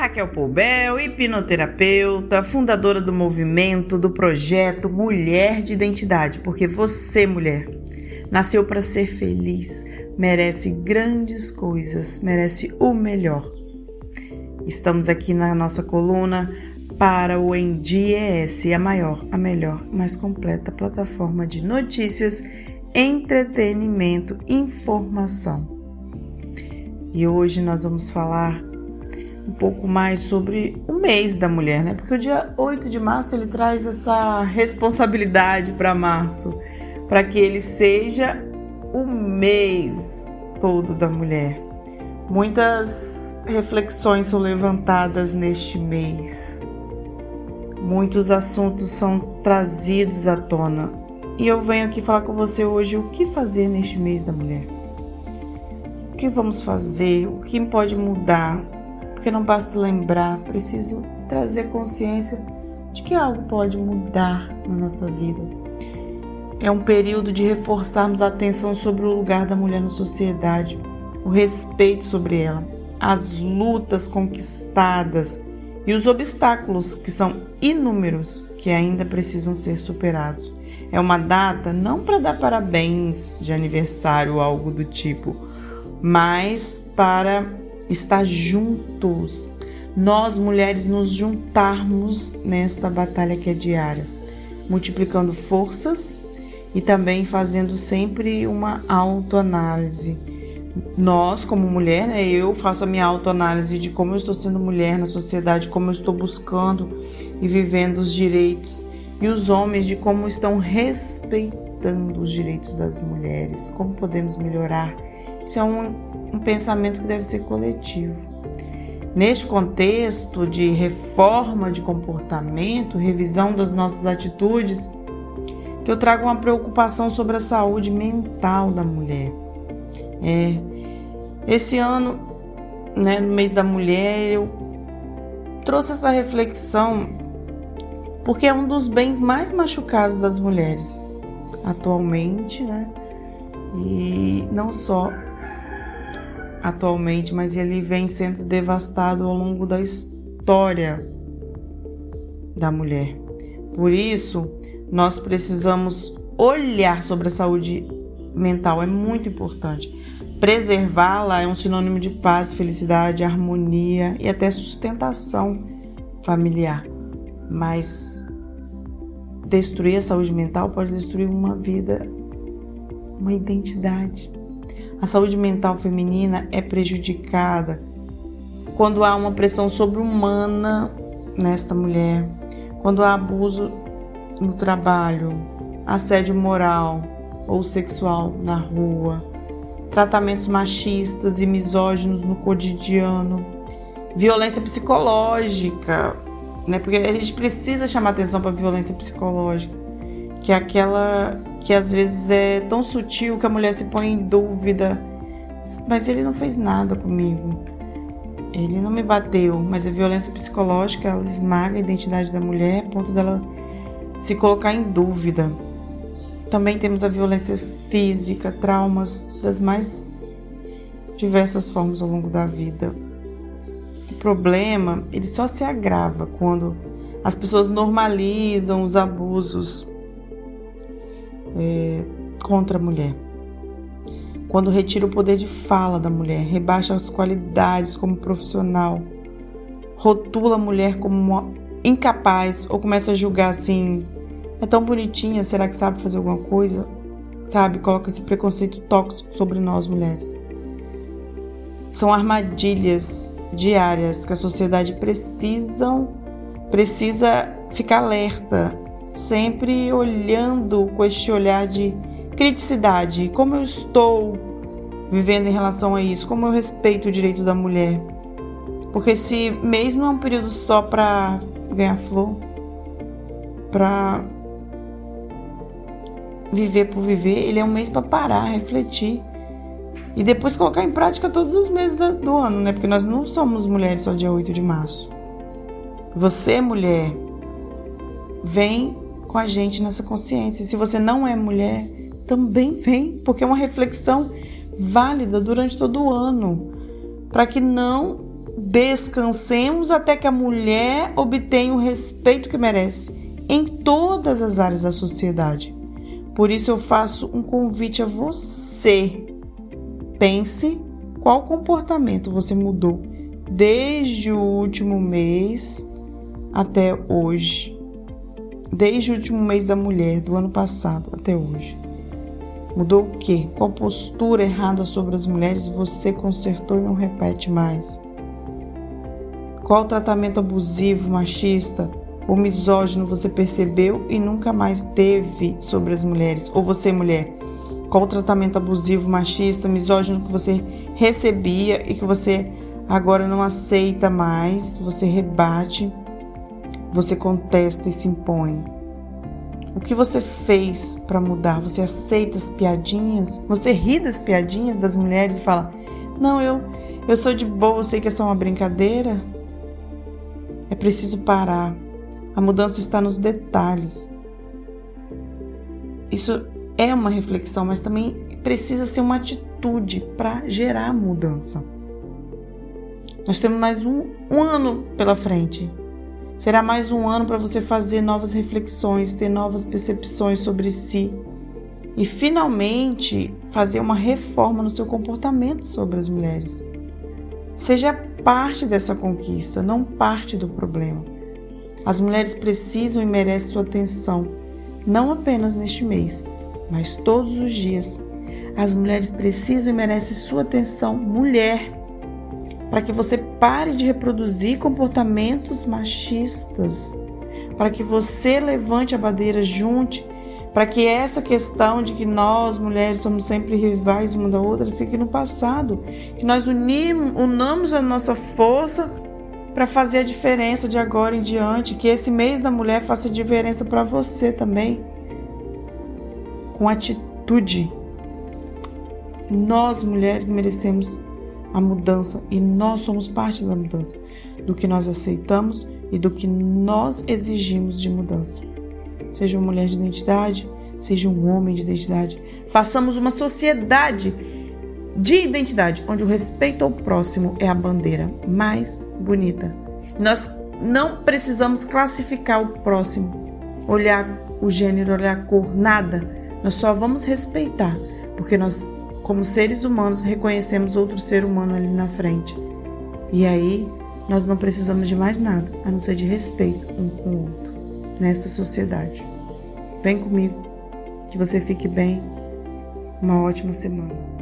Raquel Poubel, hipnoterapeuta, fundadora do movimento, do projeto Mulher de Identidade, porque você, mulher, nasceu para ser feliz, merece grandes coisas, merece o melhor. Estamos aqui na nossa coluna para o ENDIES, a maior, a melhor, mais completa plataforma de notícias, entretenimento, informação. E hoje nós vamos falar um pouco mais sobre o mês da mulher, né? Porque o dia 8 de março ele traz essa responsabilidade para março, para que ele seja o mês todo da mulher. Muitas reflexões são levantadas neste mês. Muitos assuntos são trazidos à tona. E eu venho aqui falar com você hoje o que fazer neste mês da mulher. O que vamos fazer? O que pode mudar? Porque não basta lembrar, preciso trazer consciência de que algo pode mudar na nossa vida. É um período de reforçarmos a atenção sobre o lugar da mulher na sociedade, o respeito sobre ela, as lutas conquistadas e os obstáculos que são inúmeros que ainda precisam ser superados. É uma data não para dar parabéns de aniversário ou algo do tipo, mas para estar juntos, nós mulheres nos juntarmos nesta batalha que é diária, multiplicando forças e também fazendo sempre uma autoanálise. Nós, como mulher, né, eu faço a minha autoanálise de como eu estou sendo mulher na sociedade, como eu estou buscando e vivendo os direitos, e os homens de como estão respeitando os direitos das mulheres, como podemos melhorar. Isso é um pensamento que deve ser coletivo. Neste contexto de reforma de comportamento, revisão das nossas atitudes, que eu trago uma preocupação sobre a saúde mental da mulher. Esse ano, né, no mês da mulher, eu trouxe essa reflexão porque é um dos bens mais machucados das mulheres atualmente, né? E não só atualmente, mas ele vem sendo devastado ao longo da história da mulher. Por isso, nós precisamos olhar sobre a saúde mental, é muito importante. Preservá-la é um sinônimo de paz, felicidade, harmonia e até sustentação familiar. Mas destruir a saúde mental pode destruir uma vida, uma identidade. A saúde mental feminina é prejudicada quando há uma pressão sobre-humana nesta mulher, quando há abuso no trabalho, assédio moral ou sexual na rua, tratamentos machistas e misóginos no cotidiano, violência psicológica, né? Porque a gente precisa chamar atenção para a violência psicológica, que é aquela que às vezes é tão sutil que a mulher se põe em dúvida. Mas ele não fez nada comigo. Ele não me bateu. Mas a violência psicológica, ela esmaga a identidade da mulher a ponto dela se colocar em dúvida. Também temos a violência física, traumas das mais diversas formas ao longo da vida. O problema, ele só se agrava quando as pessoas normalizam os abusos contra a mulher. Quando retira o poder de fala da mulher, rebaixa as qualidades como profissional, rotula a mulher como incapaz ou começa a julgar assim, é tão bonitinha, será que sabe fazer alguma coisa? Sabe, coloca esse preconceito tóxico sobre nós mulheres. São armadilhas diárias que a sociedade precisa ficar alerta, sempre olhando com este olhar de criticidade, como eu estou vivendo em relação a isso, como eu respeito o direito da mulher. Porque se mês não é um período só para ganhar flor, para viver por viver, ele é um mês para parar, refletir e depois colocar em prática todos os meses do ano, né? Porque nós não somos mulheres só dia 8 de março. Você, mulher, vem com a gente nessa consciência. Se você não é mulher, também vem, porque é uma reflexão válida durante todo o ano, para que não descansemos até que a mulher obtenha o respeito que merece em todas as áreas da sociedade. Por isso eu faço um convite a você. Pense qual comportamento você mudou desde o último mês até hoje. Desde o último mês da mulher, do ano passado até hoje. Mudou o quê? Qual postura errada sobre as mulheres você consertou e não repete mais? Qual tratamento abusivo, machista ou misógino você percebeu e nunca mais teve sobre as mulheres? Ou você, mulher, qual tratamento abusivo, machista, misógino que você recebia e que você agora não aceita mais? Você rebate, você contesta e se impõe. O que você fez para mudar? Você aceita as piadinhas? Você ri das piadinhas das mulheres e fala: não, eu sou de boa, eu sei que é só uma brincadeira? É preciso parar. A mudança está nos detalhes. Isso é uma reflexão, mas também precisa ser uma atitude para gerar mudança. Nós temos mais um ano pela frente. Será mais um ano para você fazer novas reflexões, ter novas percepções sobre si e finalmente fazer uma reforma no seu comportamento sobre as mulheres. Seja parte dessa conquista, não parte do problema. As mulheres precisam e merecem sua atenção, não apenas neste mês, mas todos os dias. As mulheres precisam e merecem sua atenção, mulher, para que você pare de reproduzir comportamentos machistas, para que você levante a bandeira, junte, para que essa questão de que nós, mulheres, somos sempre rivais uma da outra, fique no passado, que nós unamos a nossa força para fazer a diferença de agora em diante, que esse mês da mulher faça diferença para você também, com atitude. Nós, mulheres, merecemos a mudança e nós somos parte da mudança, do que nós aceitamos e do que nós exigimos de mudança. Seja uma mulher de identidade, seja um homem de identidade. Façamos uma sociedade de identidade, onde o respeito ao próximo é a bandeira mais bonita. Nós não precisamos classificar o próximo, olhar o gênero, olhar a cor, nada. Nós só vamos respeitar, porque nós, como seres humanos, reconhecemos outro ser humano ali na frente. E aí, nós não precisamos de mais nada, a não ser de respeito um com o outro, nessa sociedade. Vem comigo, que você fique bem. Uma ótima semana.